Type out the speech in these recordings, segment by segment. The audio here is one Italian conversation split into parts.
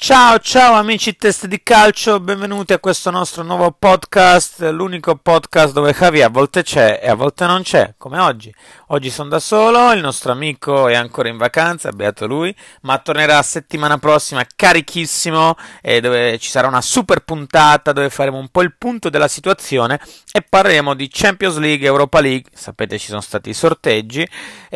Ciao ciao amici test di calcio, benvenuti a questo nostro nuovo podcast, l'unico podcast dove Javi a volte c'è e a volte non c'è, come oggi. Oggi sono da solo, il nostro amico è ancora in vacanza, beato lui, ma tornerà settimana prossima carichissimo, dove ci sarà una super puntata dove faremo un po' il punto della situazione e parleremo di Champions League, Europa League. Sapete, ci sono stati i sorteggi.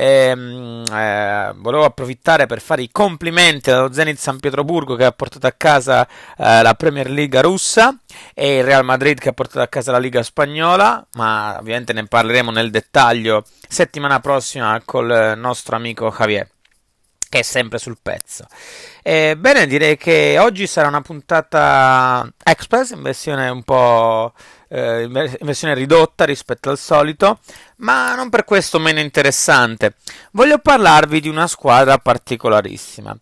Volevo approfittare per fare i complimenti allo Zenit San Pietroburgo che ha portato a casa la Premier League russa e il Real Madrid che ha portato a casa la Liga spagnola, ma ovviamente ne parleremo nel dettaglio settimana prossima col nostro amico Javier, che è sempre sul pezzo. Bene, direi che oggi sarà una puntata express in versione un po' in versione ridotta rispetto al solito, ma non per questo meno interessante. Voglio parlarvi di una squadra particolarissima.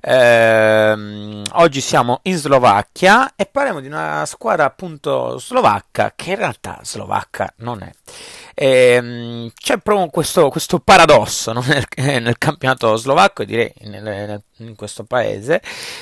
Oggi siamo in Slovacchia e parliamo di una squadra appunto slovacca che in realtà slovacca non è. C'è proprio questo paradosso, no? nel campionato slovacco e direi in questo paese.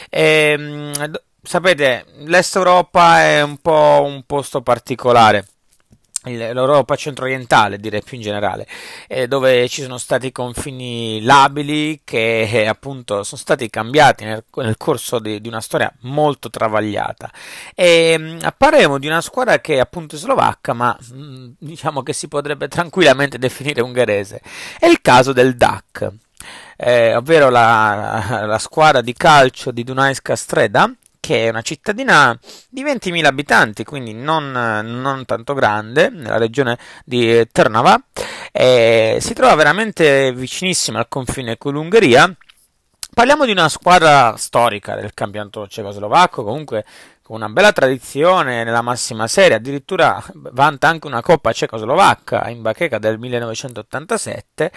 Sapete, l'Est Europa è un po' un posto particolare, l'Europa centro-orientale direi più in generale, dove ci sono stati confini labili che appunto sono stati cambiati nel corso di una storia molto travagliata. Parleremo di una squadra che è appunto slovacca, ma diciamo che si potrebbe tranquillamente definire ungherese. È il caso del DAC, ovvero la squadra di calcio di Dunajska Streda, che è una cittadina di 20.000 abitanti, quindi non tanto grande, nella regione di Trnava. Si trova veramente vicinissima al confine con l'Ungheria. Parliamo di una squadra storica del campionato cecoslovacco, comunque con una bella tradizione nella massima serie, addirittura vanta anche una Coppa cecoslovacca in bacheca del 1987,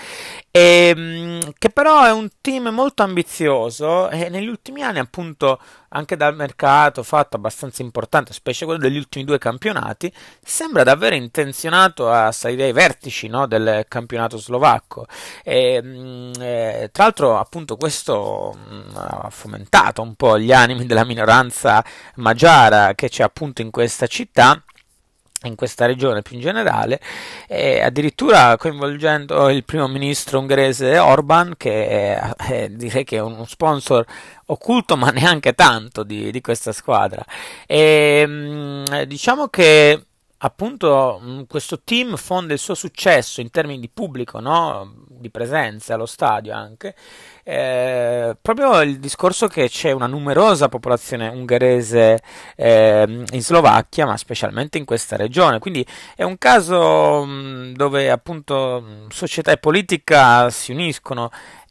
che però è un team molto ambizioso e negli ultimi anni appunto anche dal mercato fatto abbastanza importante, specie quello degli ultimi due campionati, sembra davvero intenzionato a salire ai vertici, no, del campionato slovacco. Tra l'altro appunto questo ha fomentato un po' gli animi della minoranza magiara che c'è appunto in questa città, in questa regione più in generale, addirittura coinvolgendo il primo ministro ungherese Orban, che direi che è uno sponsor occulto ma neanche tanto di questa squadra. Diciamo che appunto questo team fonda il suo successo in termini di pubblico, no? Di presenza allo stadio anche, proprio il discorso che c'è una numerosa popolazione ungherese in Slovacchia, ma specialmente in questa regione, quindi è un caso dove appunto società e politica si uniscono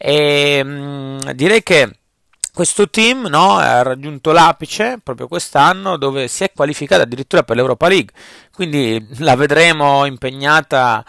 e direi che questo team, no, ha raggiunto l'apice proprio quest'anno dove si è qualificata addirittura per l'Europa League, quindi la vedremo impegnata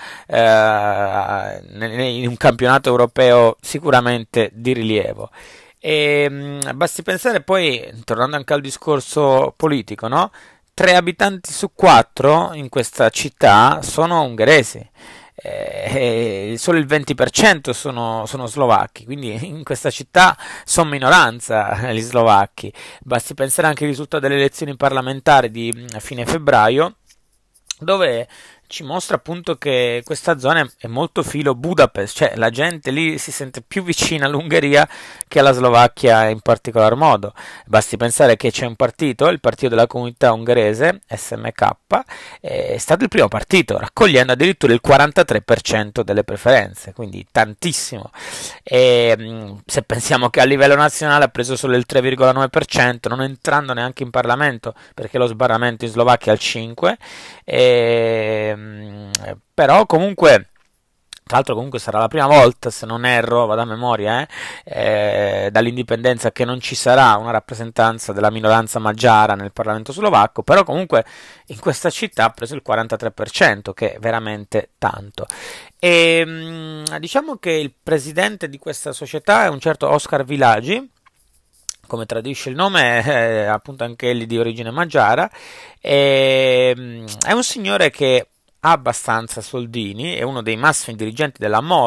in un campionato europeo sicuramente di rilievo. Basti pensare poi, tornando anche al discorso politico, no? 3 abitanti su 4 in questa città sono ungheresi. Solo il 20% sono slovacchi, quindi in questa città sono minoranza gli slovacchi. Basti pensare anche al risultato delle elezioni parlamentari di fine febbraio, dove ci mostra appunto che questa zona è molto filo Budapest, cioè la gente lì si sente più vicina all'Ungheria che alla Slovacchia in particolar modo. Basti pensare che c'è un partito, il partito della comunità ungherese, SMK, è stato il primo partito, raccogliendo addirittura il 43% delle preferenze, quindi tantissimo. Se pensiamo che a livello nazionale ha preso solo il 3,9%, non entrando neanche in Parlamento, perché lo sbarramento in Slovacchia è al 5%, però comunque, tra l'altro comunque sarà la prima volta, se non erro, vado a memoria, dall'indipendenza che non ci sarà una rappresentanza della minoranza magiara nel Parlamento slovacco, però comunque in questa città ha preso il 43%, che è veramente tanto. Diciamo che il presidente di questa società è un certo Oscar Vilagi, come tradisce il nome, è appunto anche egli di origine magiara, è un signore che ha abbastanza soldini, è uno dei massimi dirigenti della MOL,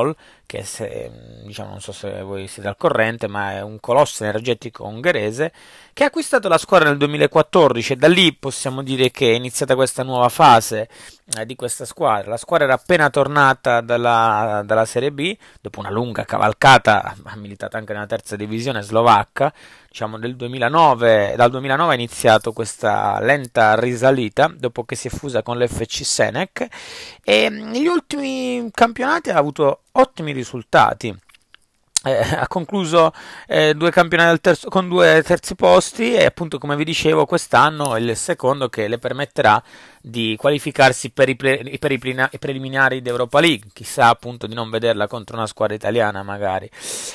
che diciamo, non so se voi siete al corrente, ma è un colosso energetico ungherese che ha acquistato la squadra nel 2014 e da lì possiamo dire che è iniziata questa nuova fase di questa squadra. La squadra era appena tornata dalla Serie B, dopo una lunga cavalcata, ha militato anche nella terza divisione slovacca, diciamo dal 2009 è iniziato questa lenta risalita dopo che si è fusa con l'FC Senec e negli ultimi campionati ha avuto ottimi risultati. Ha concluso due campionati con due terzi posti e appunto come vi dicevo quest'anno è il secondo che le permetterà di qualificarsi per i preliminari d'Europa League, chissà appunto di non vederla contro una squadra italiana magari.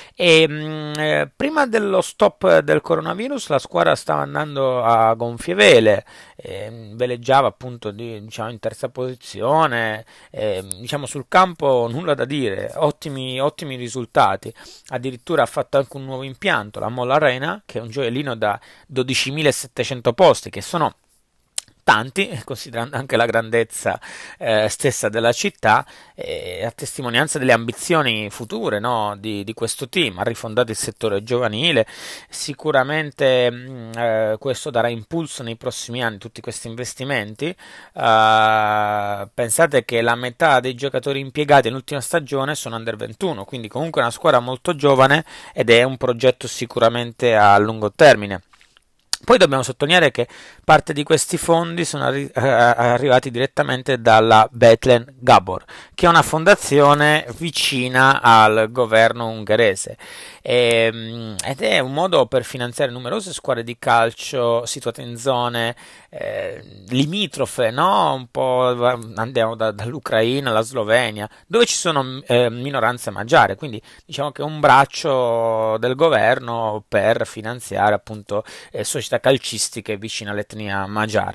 Prima dello stop del coronavirus la squadra stava andando a gonfie vele, veleggiava appunto diciamo, in terza posizione, diciamo sul campo nulla da dire, ottimi risultati. Addirittura ha fatto anche un nuovo impianto, la Mall Arena, che è un gioiellino da 12.700 posti, che sono tanti, considerando anche la grandezza stessa della città, a testimonianza delle ambizioni future, no, di questo team. Ha rifondato il settore giovanile, sicuramente questo darà impulso nei prossimi anni, tutti questi investimenti. Pensate che la metà dei giocatori impiegati nell'ultima stagione sono under 21, quindi comunque è una squadra molto giovane ed è un progetto sicuramente a lungo termine. Poi dobbiamo sottolineare che parte di questi fondi sono arrivati direttamente dalla Bethlen Gabor, che è una fondazione vicina al governo ungherese ed è un modo per finanziare numerose squadre di calcio situate in zone limitrofe, no? Un po' andiamo dall'Ucraina alla Slovenia, dove ci sono minoranze magiare, quindi diciamo che è un braccio del governo per finanziare appunto società calcistiche vicine all'etnia magiara.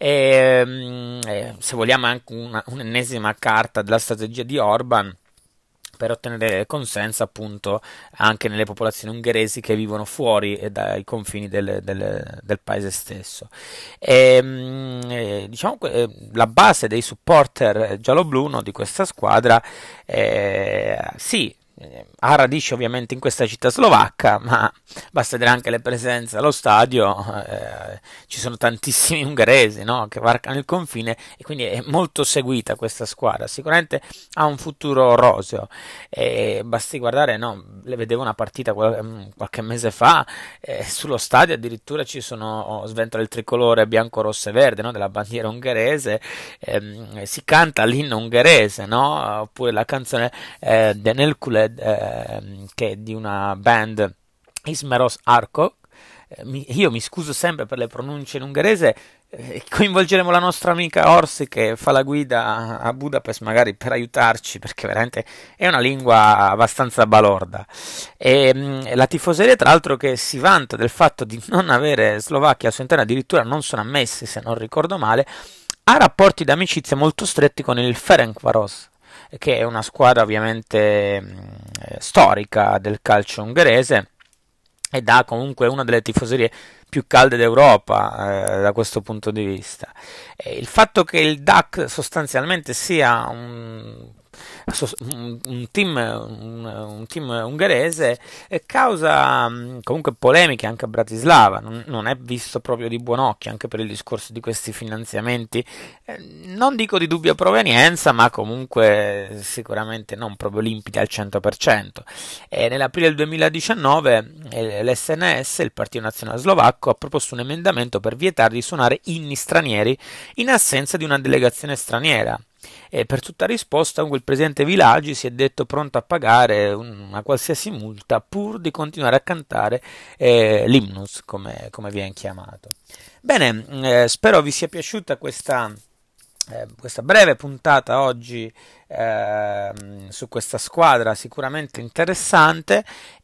Se vogliamo anche un'ennesima carta della strategia di Orban per ottenere consenso appunto anche nelle popolazioni ungheresi che vivono fuori dai confini del paese stesso. Diciamo la base dei supporter giallo-blu di questa squadra sì, ha radici ovviamente in questa città slovacca, ma basta vedere anche le presenze allo stadio, ci sono tantissimi ungheresi, no, che varcano il confine e quindi è molto seguita questa squadra, sicuramente ha un futuro roseo, basti guardare, no, le vedevo una partita qualche mese fa, sullo stadio addirittura ci sono sventole il tricolore bianco, rosso e verde, no, della bandiera ungherese, si canta l'inno ungherese, no, oppure la canzone Denelkule che è di una band Ismeros Arco. Io mi scuso sempre per le pronunce in ungherese, coinvolgeremo la nostra amica Orsi che fa la guida a Budapest magari per aiutarci, perché veramente è una lingua abbastanza balorda. La tifoseria tra l'altro che si vanta del fatto di non avere Slovacchia al suo interno, addirittura non sono ammessi, se non ricordo male, ha rapporti d'amicizia molto stretti con il Ferencváros, che è una squadra ovviamente storica del calcio ungherese ed ha comunque una delle tifoserie più calde d'Europa da questo punto di vista. Il fatto che il DAC sostanzialmente sia un team ungherese causa comunque polemiche anche a Bratislava, non è visto proprio di buon occhio anche per il discorso di questi finanziamenti, non dico di dubbia provenienza, ma comunque sicuramente non proprio limpidi al 100%. Nell'aprile del 2019 l'SNS, il Partito Nazionale Slovacco, ha proposto un emendamento per vietare di suonare inni stranieri in assenza di una delegazione straniera. E per tutta risposta il presidente Vilagi si è detto pronto a pagare una qualsiasi multa pur di continuare a cantare l'hymnus, come viene chiamato. Bene, spero vi sia piaciuta questa breve puntata oggi su questa squadra sicuramente interessante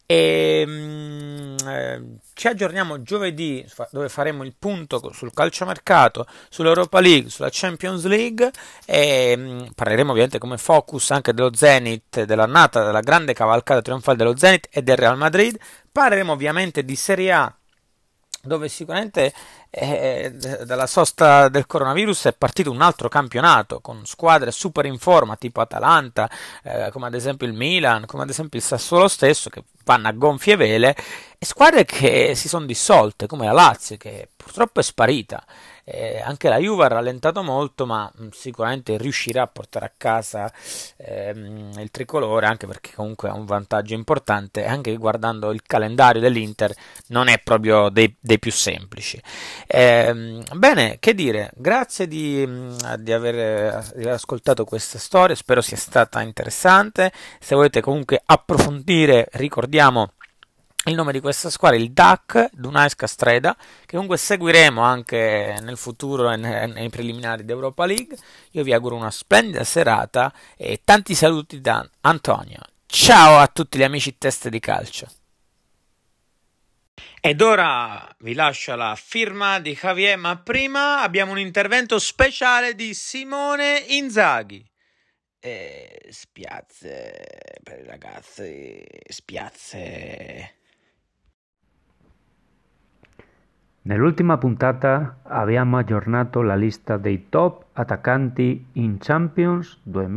e ci aggiorniamo giovedì dove faremo il punto sul calciomercato, sull'Europa League, sulla Champions League e parleremo ovviamente come focus anche dello Zenit, dell'annata, della grande cavalcata trionfale dello Zenit e del Real Madrid. Parleremo ovviamente di Serie A dove sicuramente dalla sosta del coronavirus è partito un altro campionato con squadre super in forma tipo Atalanta, come ad esempio il Milan, come ad esempio il Sassuolo stesso che vanno a gonfie vele e squadre che si sono dissolte come la Lazio che purtroppo è sparita. Anche la Juve ha rallentato molto, ma sicuramente riuscirà a portare a casa il tricolore, anche perché comunque ha un vantaggio importante, anche guardando il calendario dell'Inter non è proprio dei più semplici. Bene, che dire, grazie di aver ascoltato questa storia, spero sia stata interessante. Se volete comunque approfondire, ricordiamo il nome di questa squadra, il DAC Dunajska Castreda, che comunque seguiremo anche nel futuro e nei preliminari d'Europa League. Io vi auguro una splendida serata e tanti saluti da Antonio. Ciao a tutti gli amici teste di calcio. Ed ora vi lascio la firma di Javier, ma prima abbiamo un intervento speciale di Simone Inzaghi. Spiazze per i ragazzi, spiazze. Nell'ultima puntata abbiamo aggiornato la lista dei top attaccanti in Champions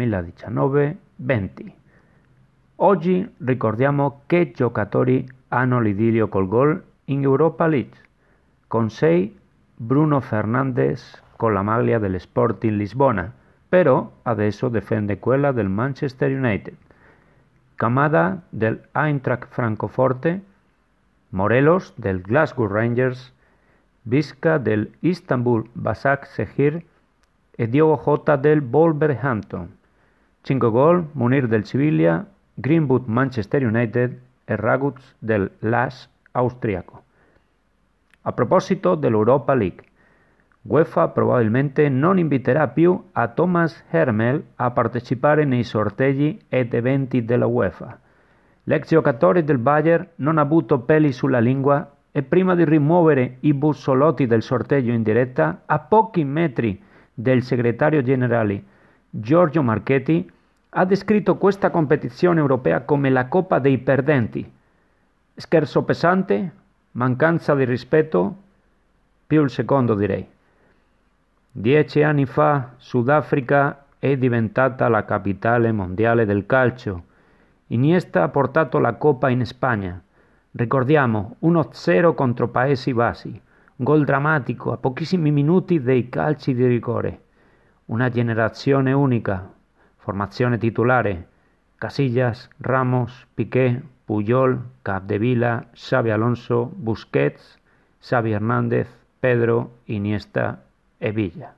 2019-20. Oggi ricordiamo che giocatori hanno l'idilio col gol in Europa League. Con 6 Bruno Fernandes con la maglia del Sporting Lisbona, però adesso difende quella del Manchester United. Kamada del Eintracht Francoforte, Morelos del Glasgow Rangers, Vizca del Istanbul Başakşehir e Diogo Jota del Wolverhampton. 5 gol Munir del Sevilla, Greenwood Manchester United e Raguts del LAS austriaco. A proposito dell'Europa League, UEFA probabilmente non inviterà più a Thomas Hermel a partecipare nei sorteggi ed eventi della UEFA. L'ex giocatore del Bayern non ha avuto peli sulla lingua e prima di rimuovere i bussolotti del sorteggio in diretta, a pochi metri del segretario generale Giorgio Marchetti, ha descritto questa competizione europea come la Coppa dei Perdenti. Scherzo pesante, mancanza di rispetto, più il secondo direi. 10 anni fa Sudafrica è diventata la capitale mondiale del calcio. Iniesta ha portato la Coppa in Spagna. Ricordiamo 1-0 contro Paesi Bassi, gol drammatico a pochissimi minuti dei calci di rigore. Una generazione unica, formazione titolare, Casillas, Ramos, Piqué, Puyol, Capdevila, Xavi Alonso, Busquets, Xavi Hernández, Pedro, Iniesta e Villa.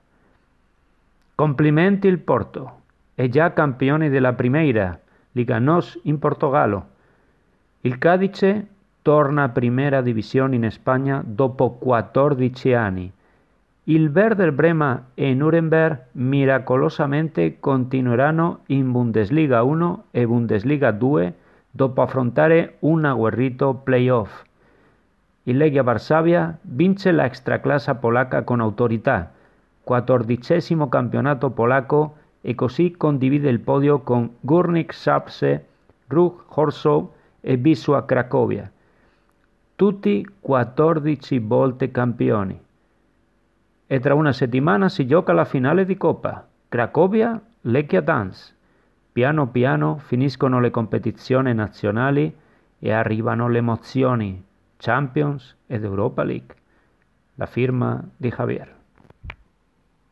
Complimenti il Porto, è già campione della Primeira, Liga NOS in Portogallo. Il Cadice torna a Primera Divisione in Spagna dopo 14 anni. Il Werder Brema e Nuremberg miracolosamente continueranno in Bundesliga 1 e Bundesliga 2 dopo affrontare un agguerrito playoff. Il Legia Varsavia vince la extraclassa polacca con autorità, 14° campionato polacco e così condivide il podio con Górnik Zabrze, Ruch Chorzów e Wisła Cracovia, tutti 14 volte campioni. E tra una settimana si gioca la finale di Coppa, Cracovia-Lechia Dansk. Piano piano finiscono le competizioni nazionali e arrivano le emozioni, Champions ed Europa League. La firma di Javier.